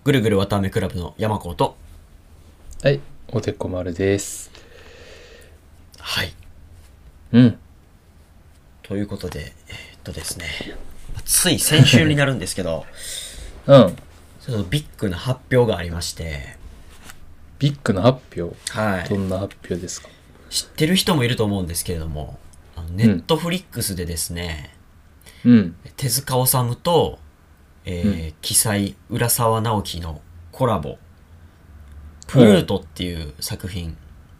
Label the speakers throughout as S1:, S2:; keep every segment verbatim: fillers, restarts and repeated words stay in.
S1: ぐるぐるわたあめクラブの山子と。
S2: はい、おでこ丸です。
S1: はい。
S2: うん。
S1: ということで、えー、っとですね、つい先週になるんですけど、
S2: うん。
S1: ちょっとビッグな発表がありまして、
S2: ビッグな発表。
S1: はい。
S2: どんな発表ですか？
S1: 知ってる人もいると思うんですけれども、ネットフリックスでですね、
S2: うん。
S1: 手塚治虫と、えー
S2: うん。
S1: 鬼才浦沢直樹のコラボ、プルートっていう作品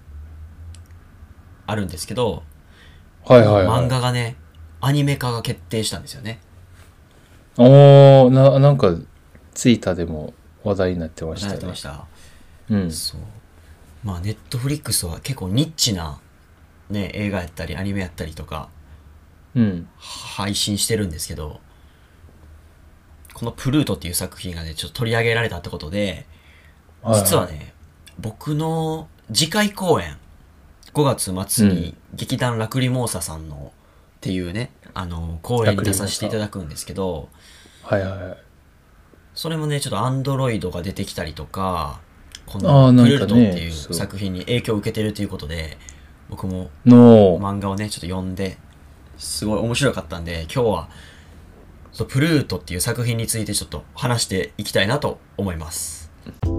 S1: あるんですけど、
S2: はい
S1: この
S2: はいはい。
S1: 漫画がね、アニメ化が決定したんですよね。
S2: おー、な、なんか、ツイッターでも話題になってま
S1: 話題にな
S2: したね。
S1: ってました。
S2: うん。
S1: そう。まあ、ネットフリックスは結構ニッチな、ね、映画やったりアニメやったりとか
S2: うん。
S1: 配信してるんですけど、このプルートっていう作品がね、ちょっと取り上げられたってことで、
S2: はいはい。
S1: 実はね、僕の次回公演、ごがつ末に
S2: うん。
S1: 劇団ラクリモーサさんのっていうね、あの、公
S2: ラ
S1: 演に出させてい
S2: クリモサ。
S1: ただくんですけど、
S2: はいはいはい。
S1: それもね、ちょっとアンドロイドが出てきたりとか、こ
S2: ああ、なん
S1: のプルル
S2: かね、
S1: トっていう
S2: そう。
S1: 作品に影響を受けてるということで、僕も
S2: の、
S1: 漫画をね、ちょっと読んで、すごい面白かったんで、今日は、そうプルートっていう作品についてちょっと話していきたいなと思います。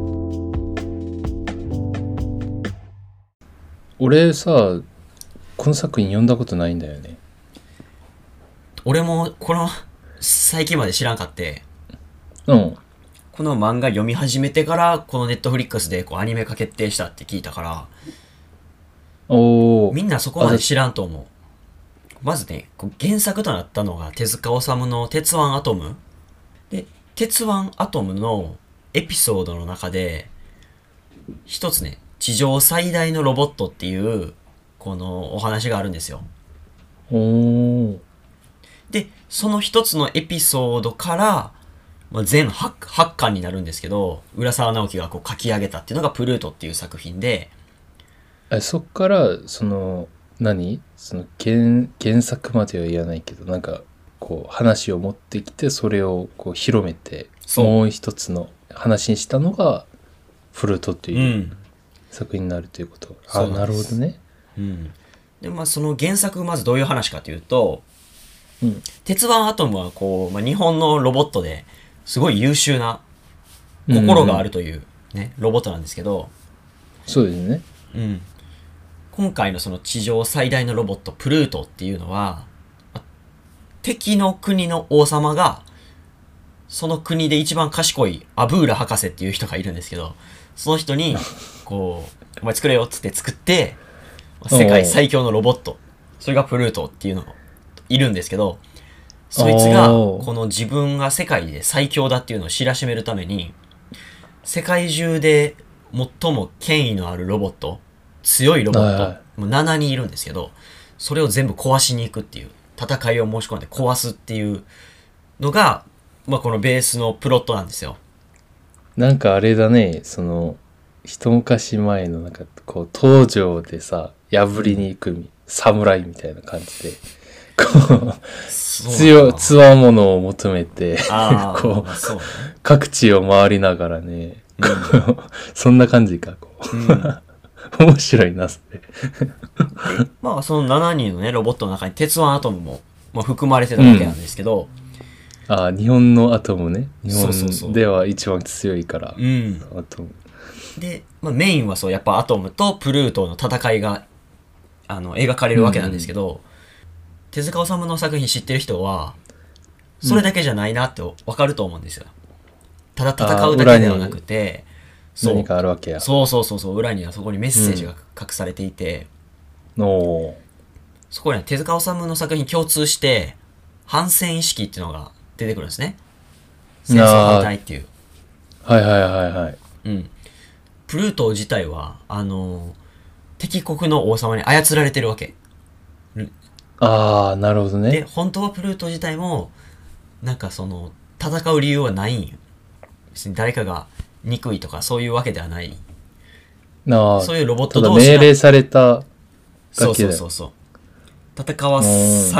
S2: 俺さ、この作品読んだことないんだよね。
S1: 俺もこの最近まで知らんかって、
S2: うん。
S1: この漫画読み始めてからこのネットフリックスでこうアニメ化決定したって聞いたから、
S2: おー。
S1: みんなそこ
S2: あ、だ、
S1: まで知らんと思う。まずね、こう原作となったのが手塚治虫の鉄腕アトムで、鉄腕アトムのエピソードの中で一つね、地上最大のロボットっていうこのお話があるんですよ。
S2: おー。
S1: で、その一つのエピソードから、まあ、全 8, はち巻になるんですけど、浦沢直樹がこう書き上げたっていうのがプルートっていう作品で、
S2: え、そっから、その、何その原、原作までは言わないけど、なんか、こう、話を持ってきて、それをこう広めて、
S1: そ
S2: もう一つの話にしたのが、フルートと
S1: う。う
S2: いう
S1: ん。
S2: 作品になるということ。あ、
S1: そうなん
S2: な
S1: です。
S2: るほどね。
S1: うん。で、まあその原作まずどういう話かというと、
S2: うん。
S1: 鉄腕アトムはこう、まあ、日本のロボットですごい優秀な
S2: うん
S1: 心が
S2: うん。
S1: あるというね、ロボットなんですけど、
S2: そうですね。
S1: うん。今回のその地上最大のロボットプルートっていうのは、敵の国の王様がその国で一番賢いアブーラ博士っていう人がいるんですけど、その人に、こう、お前作れよっつって作って、世界
S2: おー。
S1: 最強のロボット。それがプルートっていうのがいるんですけど、そいつが、
S2: おー。
S1: この自分が世界で最強だっていうのを知らしめるために、世界中で最も権威のあるロボット、強いロボット、
S2: はいは
S1: もうななにんいるんですけど、それを全部壊しに行くっていう、戦いを申し込んで壊すっていうのが、まあ、このベースのプロットなんですよ。
S2: い。なんかあれだね、その、一昔前のなんか、こう、東条でさ、破り
S1: うん。
S2: に行くみ侍みたいな感じで、こう、
S1: そうなん
S2: 強、
S1: か。
S2: つわものを求めて
S1: ああ、
S2: こう、
S1: まあそうね。
S2: 各地を回りながらね、
S1: うん。
S2: そんな感じか、こ
S1: うん。
S2: う。面白いな、それ。
S1: で、まあそのななにんのね、ロボットの中に鉄腕アトムも、まあ、含まれてたわけなん
S2: うん。
S1: ですけど、
S2: あ、日本のアトムね。日
S1: そうそうそ
S2: 本では一番強いから、
S1: う。うん。
S2: アトム。
S1: で、まあ、メインはそう、やっぱアトムとプルートの戦いが、あの、描かれ
S2: うんう
S1: るわけなんですけ
S2: ん。
S1: ど、手塚治虫の作品知ってる人は、
S2: うん。
S1: それだけじゃないなってわかると思うんですよ。ただ戦
S2: あ、
S1: うだけではな
S2: 裏に
S1: くて、
S2: 何
S1: そう、
S2: かあるわけや。
S1: そうそうそうそう、裏にはそこにメッセージが
S2: うん。
S1: 隠されていて、
S2: おー。
S1: そこには手塚治虫の作品共通して、反戦意識っていうのが出てくるんですね。戦争反
S2: あ
S1: 対っていう。
S2: あ、はいはいはいはい。
S1: うん。プルート自体は、あの、敵国の王様に操られてるわけ。
S2: ああ、なるほど
S1: で、
S2: ね。
S1: 本当はプルート自体も、なんかその、戦う理由はないんよ。別に誰かが憎いとかそういうわけではない。
S2: ああ、
S1: そういうロボット
S2: ただ
S1: 同士が、
S2: 命令されただ
S1: そうそ
S2: けだよ。
S1: うそうそう。戦わ
S2: うん。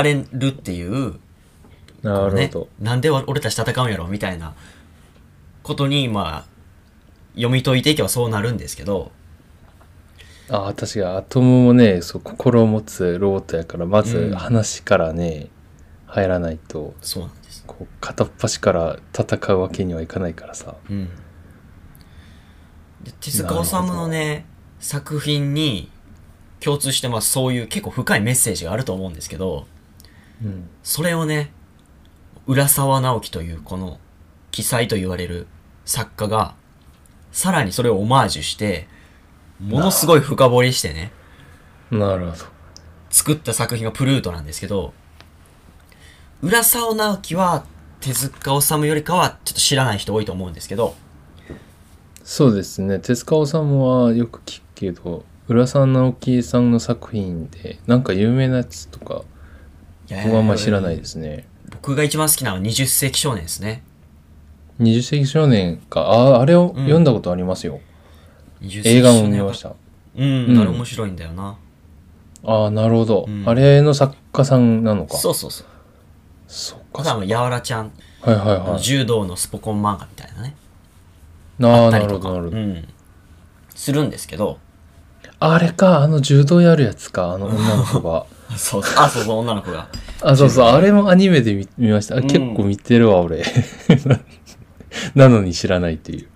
S1: されるっていう、このね、
S2: なるほど。
S1: なんで俺たち戦うんやろみたいなことに、まあ、 読み解いていけばそうなるんですけど、
S2: ああ、確かにアトムもね、そう、心を持つロボットやから、まず
S1: うん
S2: 話からね、入らないと、
S1: そうなんです。
S2: こう、片っ端から戦うわけにはいかないからさ。
S1: うんで手塚治虫のね作品に共通してますそういう結構深いメッセージがあると思うんですけど、
S2: うん。
S1: それをね浦沢直樹というこの奇才と言われる作家がさらにそれをオマージュしてものすごい深掘りしてね
S2: なるほど。
S1: 作った作品がプルートなんですけど、浦沢直樹は手塚治虫よりかはちょっと知らない人多いと思うんですけど、
S2: そうですね。手塚治虫はよく聞くけど、浦沢直樹さんの作品で、なんか有名なやつとか、
S1: いや
S2: 僕はあんまり知らないですね。
S1: 僕が一番好きなのはにじゅっ世紀少年ですね。
S2: 二十世紀少年か。ああ、あれを
S1: うん
S2: 読んだことありますよ。
S1: にじゅっ世
S2: 映画も
S1: 紀少年は
S2: 見ました。
S1: うん、
S2: うん
S1: あれ面白いんだよな。
S2: ああ、なるほど、
S1: うん
S2: あれの作家さんなのか。
S1: そうそうそう。
S2: そっ
S1: あ
S2: か。そっか
S1: とはやわらちゃん、
S2: はいはい
S1: あの
S2: はい。
S1: 柔道のスポコン漫画みたいなね。
S2: あ
S1: あ
S2: あ、
S1: ったりとか、
S2: なるほど、なるほど。
S1: うん、するんですけど、
S2: あれか、あの柔道やるやつか、あの女の子が。
S1: そうそう、あ、そうそう、女の子が。
S2: あ、そうそう、あれもアニメで見見ました。あ、
S1: うん
S2: 結構見てるわ、俺。なのに知らないっていう。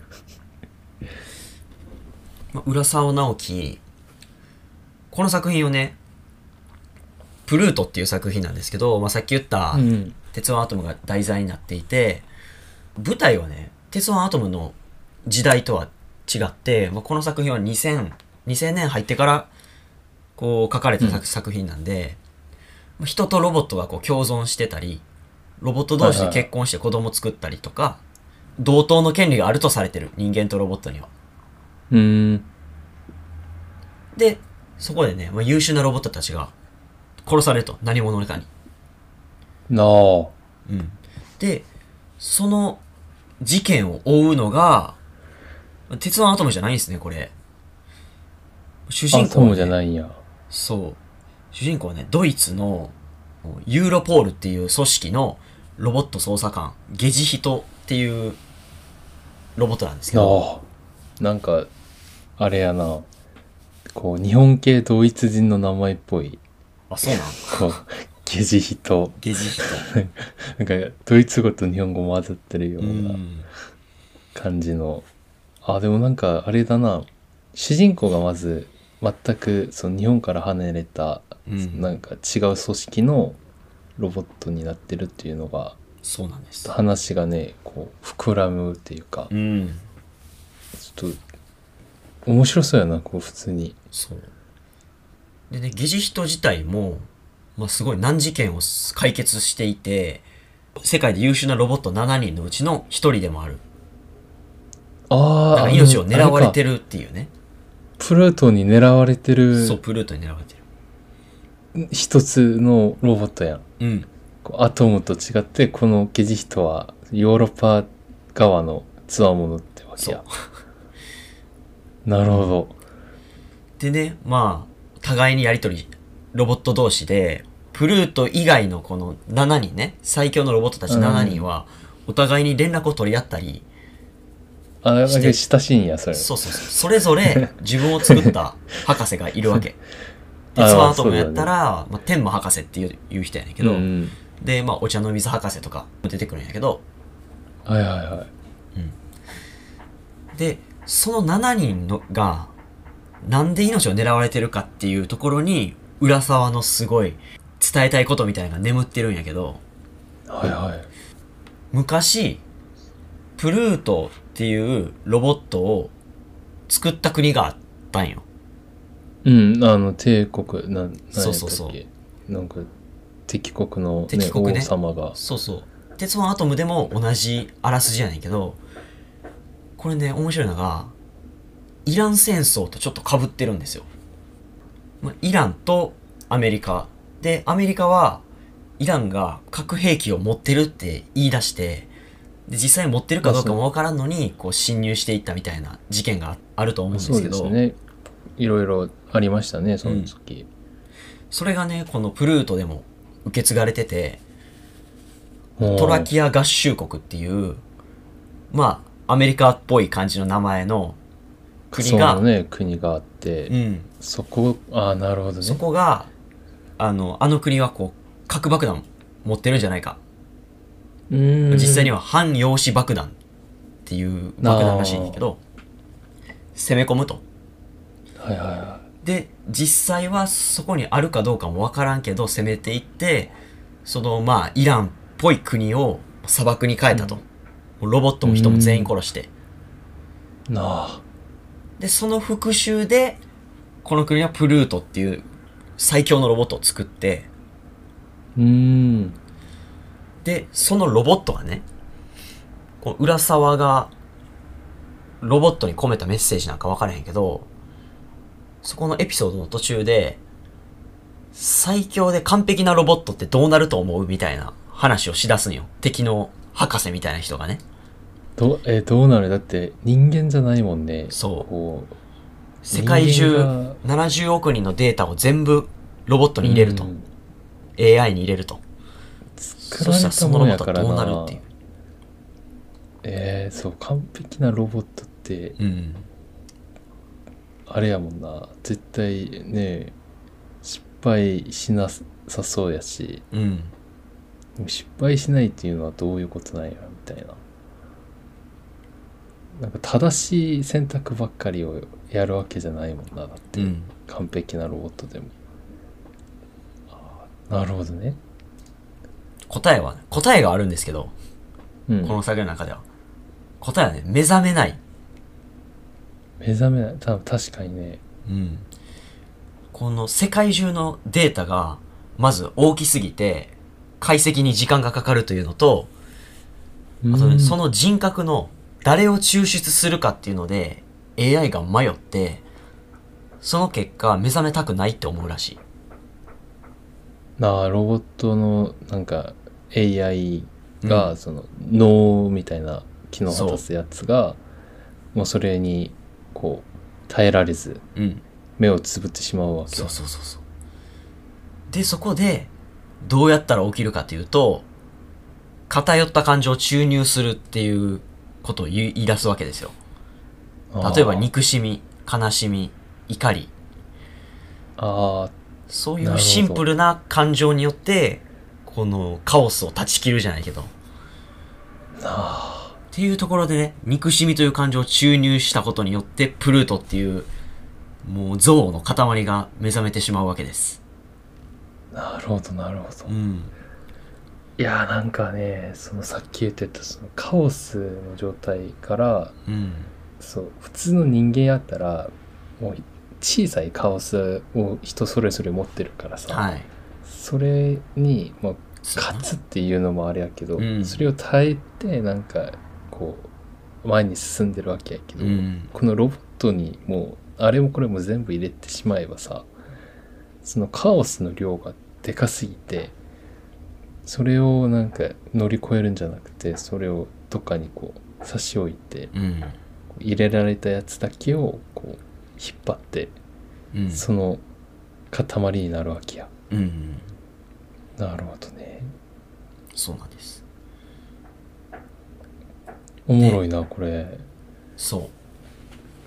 S1: まあ浦沢直樹、この作品をね、プルートっていう作品なんですけど、まあ、さっき言った
S2: うん。
S1: 鉄腕アトムが題材になっていて、舞台はね、鉄腕アトムの時代とは違って、まあ、この作品はにせん、にせんねん入ってからこう書かれた作,、
S2: うん
S1: 作品なんで、まあ人とロボットがこう共存してたり、ロボット同士で結婚して子供作ったりとか、同等の権利があるとされてる、人間とロボットには。
S2: うーん。
S1: で、そこでね、まあ、優秀なロボットたちが殺されると、何者かに。
S2: なあ。
S1: うん。で、その事件を追うのが、鉄腕アトムじゃないんですね、これ。主人
S2: アトム
S1: 公は、ね、
S2: じゃないんや。
S1: そう。主人公はね、ドイツのユーロポールっていう組織のロボット捜査官、ゲジヒトっていうロボットなんですけど、
S2: ああ。なんか、あれやな。こう、日本系ドイツ人の名前っぽい。
S1: あ、そうなん
S2: こう、ゲジヒト。
S1: ゲジヒト。
S2: なんか、ドイツ語と日本語混ざってるよ
S1: う。
S2: うなん感じの。あ、でもなんか、あれだな。主人公がまず、全くその日本から離れた、
S1: うん
S2: なんか違う組織のロボットになってるっていうのが、
S1: そうなんです。
S2: 話がね、こう、膨らむっていうか、
S1: うん。
S2: ちょっと、面白そうやな、こう、普通に。
S1: そう。でね、ゲジヒト自体も、まあ、すごい難事件を解決していて、世界で優秀なロボットしちにんのうちのひとりでもある。
S2: ああ、
S1: だから命を狙われて
S2: る。
S1: るっていうね。
S2: プルートに狙われてる
S1: そう、プルートに狙われてる。
S2: 一つのロボットやん。
S1: うん。
S2: こうアトムと違って、このゲジヒトはヨーロッパ側のつわものってわけや。なるほど。
S1: でね、まあ、互いにやりとり、ロボット同士で、プルート以外のこのしちにんね、最強のロボットたちしちにんは、お互いに連絡を取り合ったり、
S2: あ、だ
S1: して
S2: け親しいんや、それ。
S1: そうそうそう、それぞれ自分を作った博士がいるわけ。鉄
S2: あー
S1: 腕アトムやったら、まあ、天馬博士っていういう人やねんけど、
S2: うんうん、
S1: で、まあ、お茶の水博士とかも出てくるんやけど、
S2: はいはいはい。
S1: で、そのしちにんのが、なんで命を狙われてるかっていうところに、浦沢のすごい伝えたいことみたいなのが眠ってるんやけど、
S2: はいはい。
S1: 昔、プルートっていうロボットを作った国があったんよ。
S2: うん、あの、帝国、なん、なんやったっけ。
S1: そうそうそう
S2: なんか、敵国の、ね、
S1: 敵国ね
S2: 王様が。
S1: そうそう。鉄腕アトムでも同じあらすじやねんけど、これね、面白いのが、イラン戦争とちょっと被ってるんですよ。まあ、イランとアメリカ。で、アメリカは、イランが核兵器を持ってるって言い出して、で実際持ってるかどうかもわからんのに、こう侵入していったみたいな事件があると思うんです
S2: そう
S1: けど、
S2: ですね。いろいろありましたね、その時。
S1: それがね、このプルートでも受け継がれてて、
S2: うん、
S1: トラキア合衆国っていう、まあ、 アメリカっぽい感じの名前の国が、
S2: そうのね、国があって、
S1: うん、
S2: そこ、ああ、なるほどね。
S1: そこが、あの、あの国はこう、核爆弾持ってるんじゃないか。
S2: うーん。
S1: 実際には反陽子爆弾っていう爆弾らしいんだけど、攻め込むと。
S2: はいはいは
S1: で、実際はそこにあるかどうかもわからんけど、攻めていって、その、まあ、イランっぽい国を砂漠に変えたと。
S2: うん、
S1: ロボットも人も全員殺して。
S2: なあ。
S1: で、その復讐で、この国はプルートっていう最強のロボットを作って、
S2: うーん。
S1: で、そのロボットがね、この浦沢がロボットに込めたメッセージなんか分からへんけど、そこのエピソードの途中で、最強で完璧なロボットってどうなると思うみたいな話をしだすんよ。敵の博士みたいな人がね。
S2: ど、えーどうなる？だって人間じゃないもんね。
S1: そう。
S2: こう
S1: 世界中
S2: 人間が
S1: ななじゅうおく人のデータを全部ロボットに入れると。
S2: うん
S1: エーアイ に入れると。
S2: 作られたものやからな。
S1: そしたらそのロボットはどうなるっていう。
S2: えー、そう、完璧なロボットって、
S1: うん。
S2: あれやもんな。絶対ね、失敗しなさそうやし、
S1: うん。
S2: でも失敗しないっていうのはどういうことなんやみたいな。なんか正しい選択ばっかりをやるわけじゃないもんな。だって、
S1: うん。
S2: 完璧なロボットでも。なるほどね。
S1: 答えは、答えがあるんですけど、
S2: うん。
S1: この作業の中では。答えはね、目覚めない。
S2: 目覚めない。多分確かにね。
S1: うん。この世界中のデータが、まず大きすぎて、解析に時間がかかるというのと、あとね、その人格の誰を抽出するかっていうので、エーアイ が迷って、その結果、目覚めたくないって思うらしい。
S2: なあ、ロボットのなんか エーアイ
S1: うん
S2: がその脳みたいな機能を果たすやつがもうそれにこう耐えられず
S1: うん。
S2: 目をつぶってしまうわけ
S1: そうそうそうそう。で、そこで、どうやったら起きるかっていうと、偏った感情を注入するっていうことを言い言い出すわけですよ。例えば、憎しみ、悲しみ、怒り。
S2: あ
S1: そうい
S2: なるほど
S1: うシンプルな感情によって、このカオスを断ち切るじゃないけど。
S2: あなあ
S1: っていうところでね、憎しみという感情を注入したことによって、プルートっていう、もう憎悪の塊が目覚めてしまうわけです。
S2: なるほどなるほど、い
S1: うん。
S2: やーなんかねそのさっき言ってたそのカオスの状態から
S1: うん。
S2: そう普通の人間やったらもう小さいカオスを人それぞれ持ってるからさ、
S1: はい。
S2: それに、まあ、
S1: そうやな
S2: 勝つっていうのもあれやけど、
S1: うん
S2: それを耐えてなんかこう前に進んでるわけやけど、
S1: うん。
S2: このロボットにもうあれもこれも全部入れてしまえばさそのカオスの量がでかすぎてそれをなんか乗り越えるんじゃなくてそれをどっかにこう差し置いて
S1: うん。
S2: 入れられたやつだけをこう引っ張って
S1: うん。
S2: その塊になるわけや。
S1: うん。
S2: なるほどね。
S1: そうなんです。
S2: おもろいなこれ。
S1: そう。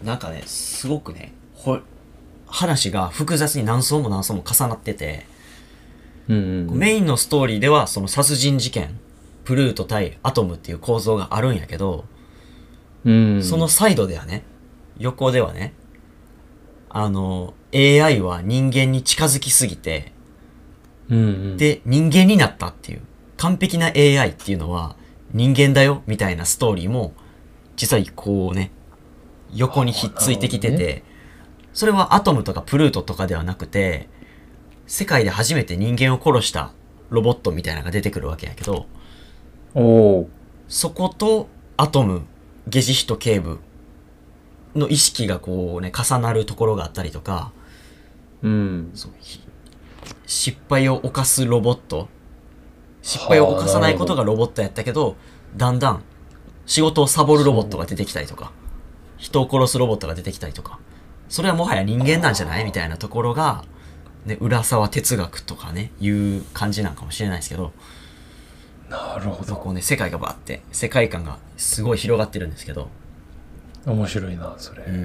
S1: なんかね、すごくね、ほ、話が複雑に何層も何層も重なってて、
S2: うんうんうん、
S1: メインのストーリーではその殺人事件、プルート対アトムっていう構造があるんやけど、
S2: うん、
S1: そのサイドではね、横ではね、あの、エーアイ は人間に近づきすぎて、
S2: うんうん、
S1: で、人間になったっていう、完璧な エーアイ っていうのは人間だよみたいなストーリーも、実はこうね、横にひっついてきてて、ね、それはアトムとかプルートとかではなくて、世界で初めて人間を殺したロボットみたいなのが出てくるわけやけど、
S2: お
S1: そことアトム、ゲジヒト警部の意識がこうね、重なるところがあったりとか、
S2: うん、
S1: そう失敗を犯すロボット、失敗を犯さないことがロボットやったけど、だんだん仕事をサボるロボットが出てきたりとか、人を殺すロボットが出てきたりとか、それはもはや人間なんじゃないみたいなところが、ね、浦沢哲学とかね、いう感じなんかもしれないですけど、
S2: なるほど。
S1: こうね、世界がバーって世界観がすごい広がってるんですけど、
S2: 面白いなそれ。
S1: うん、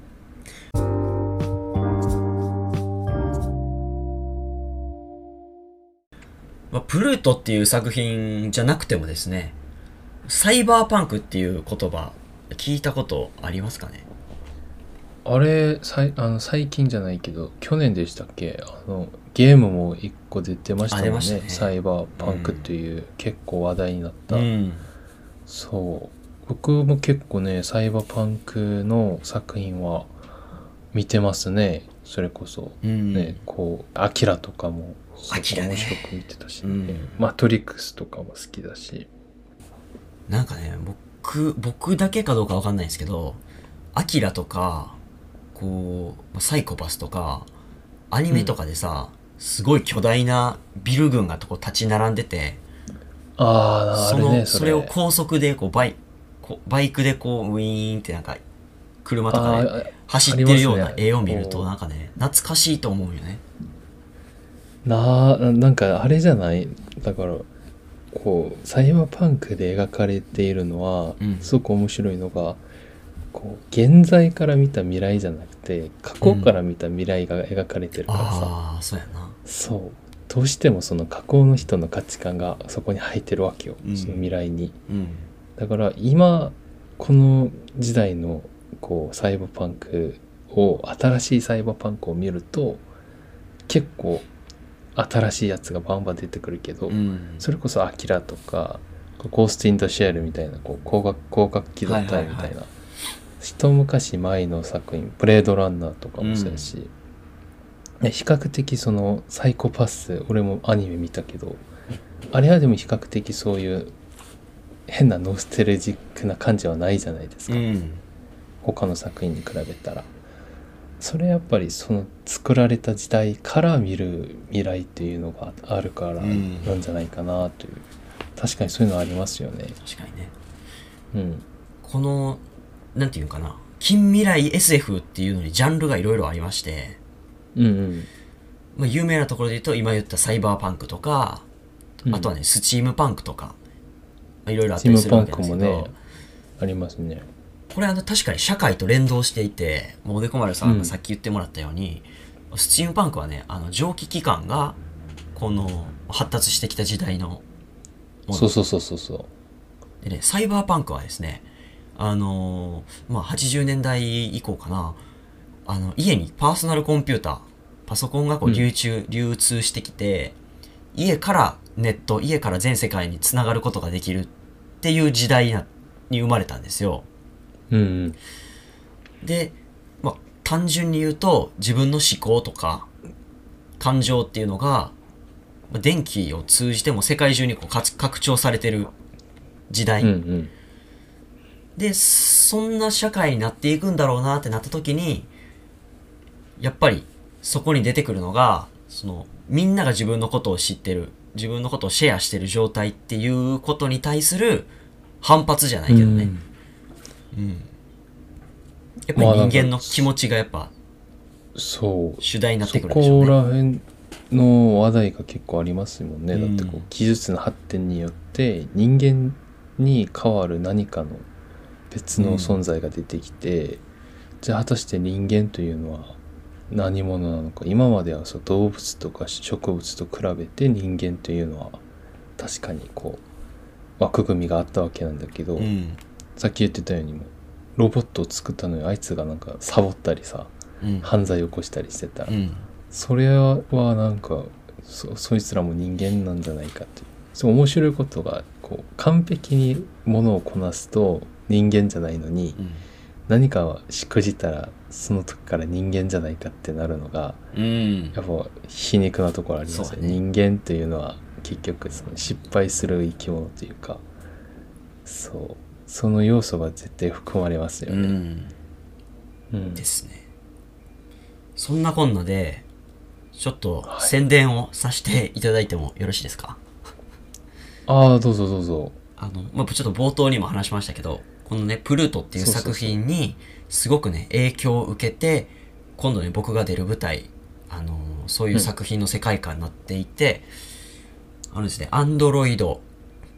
S1: まあ、プルートっていう作品じゃなくてもですね、サイバーパンクっていう言葉聞いたことありますかね？
S2: あれさいあの最近じゃないけど去年でしたっけ、あのゲームも一個出てましたもんね。
S1: あ出ましたね
S2: サイバーパンクっていう、結構話題になった、
S1: うん。
S2: そう僕も結構ねサイバーパンクの作品は見てますね。それこそ、
S1: うん
S2: ねこうアキラとかも
S1: アキラね
S2: 面白く見てたし、
S1: うん
S2: ねマトリックスとかも好きだし。
S1: なんかね、僕、僕だけかどうかわかんないんですけど、アキラとか、こう、サイコパスとか、アニメとかでさ、すごい巨大なビル群がとこ立ち並んでて、
S2: あああ
S1: その、
S2: るねそれ。
S1: それを高速でこうバイ、こうバイクでこうウィーンってなんか、車とか
S2: あ
S1: で
S2: ー
S1: 走ってるような
S2: ありますね
S1: 絵を見ると、
S2: こう
S1: なんかね、懐かしいと思うよね。
S2: なあなんかあれじゃない、だからこうサイバーパンクで描かれているのは、
S1: うん
S2: すごく面白いのがこう現在から見た未来じゃなくて過去から見た未来が描かれてるからさ、
S1: ああ、そうやな。
S2: そうどうしてもその過去の人の価値観がそこに入ってるわけよ、
S1: うん
S2: その未来に。
S1: うん。
S2: だから今この時代のこうサイバーパンクを新しいサイバーパンクを見ると結構新しいやつがバンバン出てくるけど、
S1: うん。
S2: それこそアキラとかゴースト・イン・ザ・シェルみたいなこう光学光学機動隊みたいな、
S1: はいはいは
S2: 一昔前の作品ブレードランナーとかもそうやし、で比較的そのサイコパス俺もアニメ見たけどあれはでも比較的そういう変なノステルジックな感じはないじゃないですか、
S1: うん。
S2: 他の作品に比べたら。それやっぱりその作られた時代から見る未来っていうのがあるから
S1: うん
S2: なんじゃないかなという、確かにそういうのありますよね。
S1: 確かにね。
S2: うん
S1: この、なんていうかな、近未来 エスエフ っていうのにジャンルがいろいろありまして、
S2: うんうん
S1: まあ、有名なところで言うと、今言ったサイバーパンクとか、
S2: うん
S1: あとはね、スチームパンクとか、まあいろいろあっ
S2: チーム
S1: たりするわ
S2: パンクも
S1: けですけど、
S2: ねありますね。
S1: これあの確かに社会と連動していて、もうおでこ丸さんがさっき言ってもらったように、スチームパンクはね、あの蒸気機関がこの発達してきた時代のもの
S2: そうそうそうそうそう
S1: でね、サイバーパンクはですね、あのーまあはちじゅうねんだい以降かな、あの家にパーソナルコンピューター、パソコンがこう流通、流通してきて、家からネット、家から全世界につながることができるっていう時代なに生まれたんですよ。
S2: うんうん
S1: で、まあ、単純に言うと自分の思考とか感情っていうのがまあ電気を通じても世界中にこうかつ拡張されてる時代、
S2: うんうん
S1: でそんな社会になっていくんだろうなってなった時にやっぱりそこに出てくるのがそのみんなが自分のことを知ってる自分のことをシェアしてる状態っていうことに対する反発じゃないけどね、うんやっぱり人間の気持ちがやっぱ
S2: そう
S1: 主題になって
S2: そ
S1: くるんでしょうね。
S2: こら辺の話題が結構ありますもんね、
S1: うん
S2: だってこう技術の発展によって人間に代わる何かの別の存在が出てきて、じゃあ果たして人間というのは何者なのか。今まではそう動物とか植物と比べて人間というのは確かにこう枠組みがあったわけなんだけど、
S1: うん
S2: さっき言ってたようにもロボットを作ったのにあいつがなんかサボったりさ
S1: うん
S2: 犯罪を起こしたりしてたら、
S1: うん
S2: それはなんか そ, そいつらも人間なんじゃないかっていう、そう面白いことがこう完璧にものをこなすと人間じゃないのに、
S1: うん
S2: 何かはしくじったらその時から人間じゃないかってなるのが
S1: うん
S2: やっぱ皮肉なところありますよね。
S1: そうだね
S2: 人間っていうのは結局その失敗する生き物というか、そうその要素が絶対含まれますよね。
S1: うん
S2: うん
S1: ですね。そんなこんなでちょっと
S2: はい
S1: 宣伝をさせていただいてもよろしいですか？
S2: ああどうぞどうぞ。
S1: あの、まあ、ちょっと冒頭にも話しましたけど、このね、プルートっていう作品にすごくね、影響を受けて、今度ね、僕が出る舞台、あのーそういう作品の世界観になっていて、あのですね、アンドロイド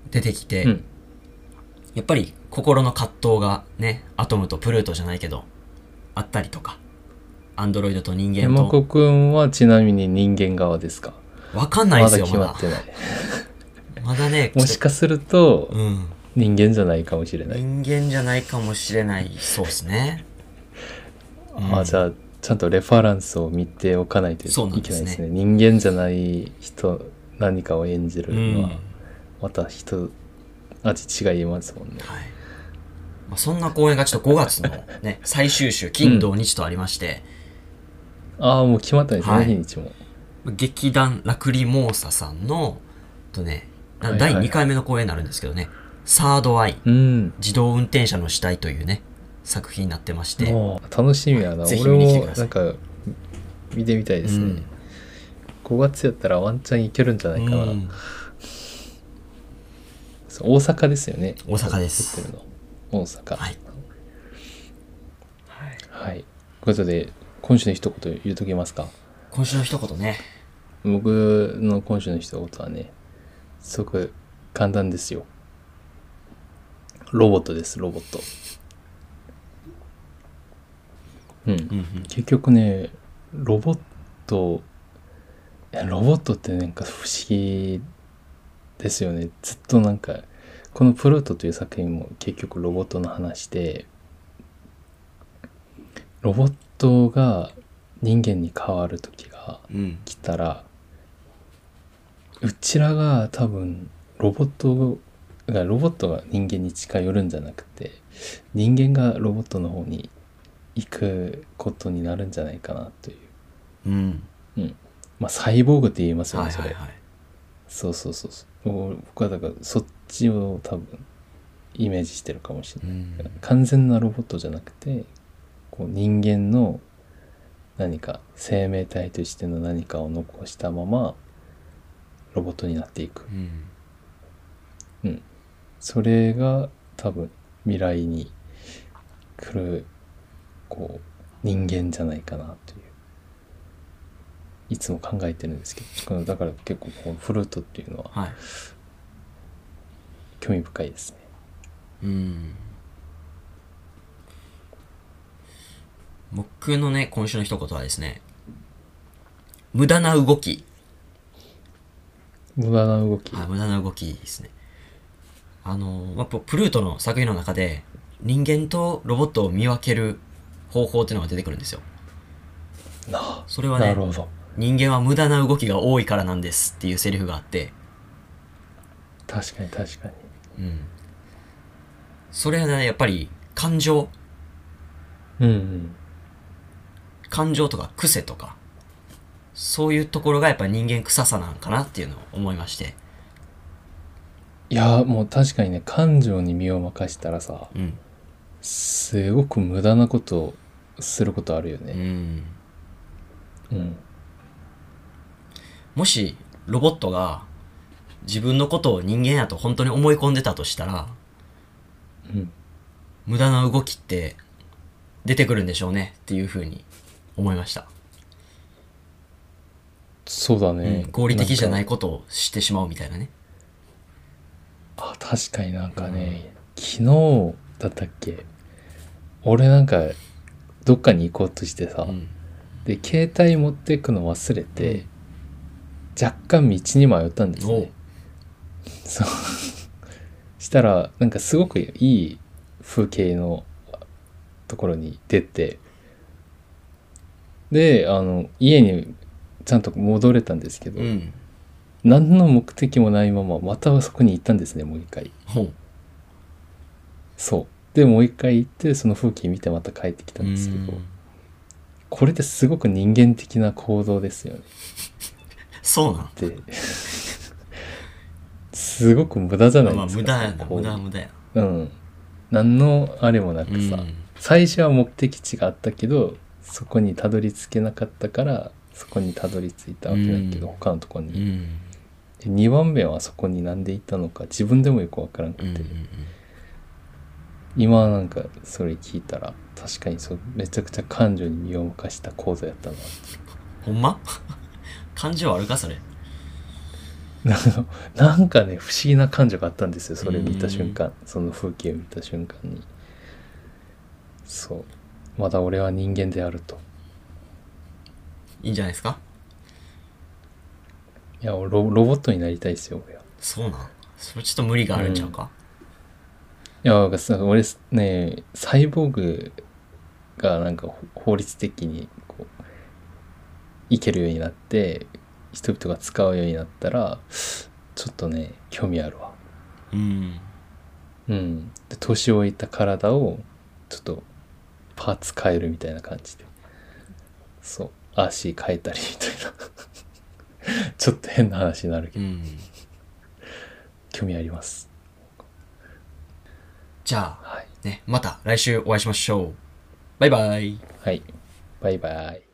S1: 出てきて、
S2: うん。
S1: やっぱり心の葛藤がね、アトムとプルートじゃないけど、あったりとか、アンドロイドと人間
S2: 山
S1: と、
S2: 子くんはちなみに人間側ですか？
S1: わかんない
S2: まだ
S1: ですよ、まだ。
S2: 決まってない。
S1: まだね、
S2: もしかすると
S1: うん。
S2: 人間じゃないかもしれない。
S1: 人間じゃないかもしれない。そうですね。
S2: ああ、じゃあちゃんとレファランスを見ておかないとい
S1: そうなんですね
S2: けないですね。人間じゃない人、何かを演じるのは
S1: うん
S2: また人味違いますもんね。
S1: はい。まあ、そんな公演がちょっとごがつのね、最終週、金土日とありまして、
S2: ああ、もう決まったんですね、
S1: はい
S2: 日にちも。
S1: 劇団ラクリモーサさんの、とね、な
S2: はいはいはい
S1: だいにかいめの公演になるんですけどね、サードアイ、
S2: うん。
S1: 自動運転車の死体というね、作品になってまして、
S2: もう楽しみやな。
S1: ぜひ
S2: 俺も
S1: 見に来てくださ
S2: ないんか見てみたいですね。
S1: うん
S2: ごがつやったらワンチャンいけるんじゃないかな。
S1: うん
S2: そう大阪ですよね。
S1: 大阪です
S2: 撮ってるの大阪。
S1: はい。
S2: はい。ということで、今週の一言言うときますか。
S1: 今週の一言ね、
S2: 僕の今週の一言はね、すごく簡単ですよ。ロボットです、ロボット。うん。
S1: うんうん
S2: 結局ね、ロボット、いやロボットってなんか不思議ですよね。ずっとなんか、このプルートという作品も結局ロボットの話で、ロボットが人間に変わる時が
S1: うん
S2: 来たら、うちらが多分ロボットがロボットが人間に近寄るんじゃなくて、人間がロボットの方に行くことになるんじゃないかなという。
S1: うん
S2: うん。まあサイボーグって言いますよね、それ。
S1: はいはいはい
S2: そうそうそうそう。僕はだからそっちを多分イメージしてるかもしれない。
S1: うん
S2: 完全なロボットじゃなくて、こう人間の何か生命体としての何かを残したままロボットになっていく。
S1: うん
S2: うん。それが多分未来に来るこう人間じゃないかなという。いつも考えてるんですけど、だから結構このフルートっていうのは
S1: はい
S2: 興味深いですね。
S1: うん僕のね今週の一言はですね、無駄な動き、
S2: 無駄な動き。
S1: はい、無駄な動きですね。あのまあププルートの作品の中で人間とロボットを見分ける方法っていうのが出てくるんですよ。
S2: な
S1: それはね、
S2: なるほど。
S1: 人間は無駄な動きが多いからなんですっていうセリフがあって、
S2: 確かに確かに。
S1: うん、それはねやっぱり感情
S2: うんうん。
S1: 感情とか癖とかそういうところがやっぱり人間臭さなんかなっていうのを思いまして、
S2: いやもう確かにね、感情に身を任したらさ、
S1: うん
S2: すごく無駄なことをすることあるよ
S1: う
S2: ね。
S1: ん、
S2: うん。
S1: もしロボットが自分のことを人間やと本当に思い込んでたとしたら、
S2: うん。
S1: 無駄な動きって出てくるんでしょうねっていうふうに思いました。
S2: そうだね。
S1: うん、合理的じゃない
S2: んか
S1: ことをしてしまうみたいなね。
S2: あ、確かになんかね、昨日だったっけ、俺なんかどっかに行こうとしてさ、
S1: うん
S2: で携帯持ってくの忘れて、若干道に迷ったんです
S1: おう
S2: ね。そうしたらなんかすごくいい風景のところに出て、であの家にちゃんと戻れたんですけど、
S1: うん
S2: 何の目的もないまままたそこに行ったんですね、もう一回。
S1: ほう
S2: そうでもう一回行ってその風景見てまた帰ってきたんですけど、これってすごく人間的な行動ですよね。
S1: そうなん
S2: ですごく無駄じゃない
S1: まあ
S2: ですか。
S1: 無駄やな
S2: こう
S1: 無駄無駄や
S2: うん。何のあれもなくさ、
S1: うん
S2: 最初は目的地があったけどそこにたどり着けなかったからそこにたどり着いたわけだけど、
S1: うん
S2: 他のところ
S1: う
S2: に、
S1: ん
S2: でにばんめはそこになんで行ったのか自分でもよくわからんくて、
S1: うんうんうん
S2: 今なんかそれ聞いたら確かにそうめちゃくちゃ感情に身を任した講座やったなって。
S1: ほんま感情あるかそれ。
S2: なんかね不思議な感情があったんですよ、それ見た瞬間、その風景を見た瞬間に。そうまだ俺は人間であると。
S1: いいんじゃないですか。
S2: いやロロボットになりたいですよ俺は。
S1: そうなん。それちょっと無理があるんちゃうか。
S2: いや俺ねサイボーグがなんか法律的にこういけるようになって人々が使うようになったらちょっとね興味あるわ。
S1: うん
S2: うんで年老いた体をちょっとパーツ変えるみたいな感じで、そう足変えたりみたいなちょっと変な話になるけど、
S1: うん
S2: 興味あります。
S1: じゃあ
S2: はい
S1: ね、また来週お会いしましょう。バイバイ。
S2: はいバイバイ。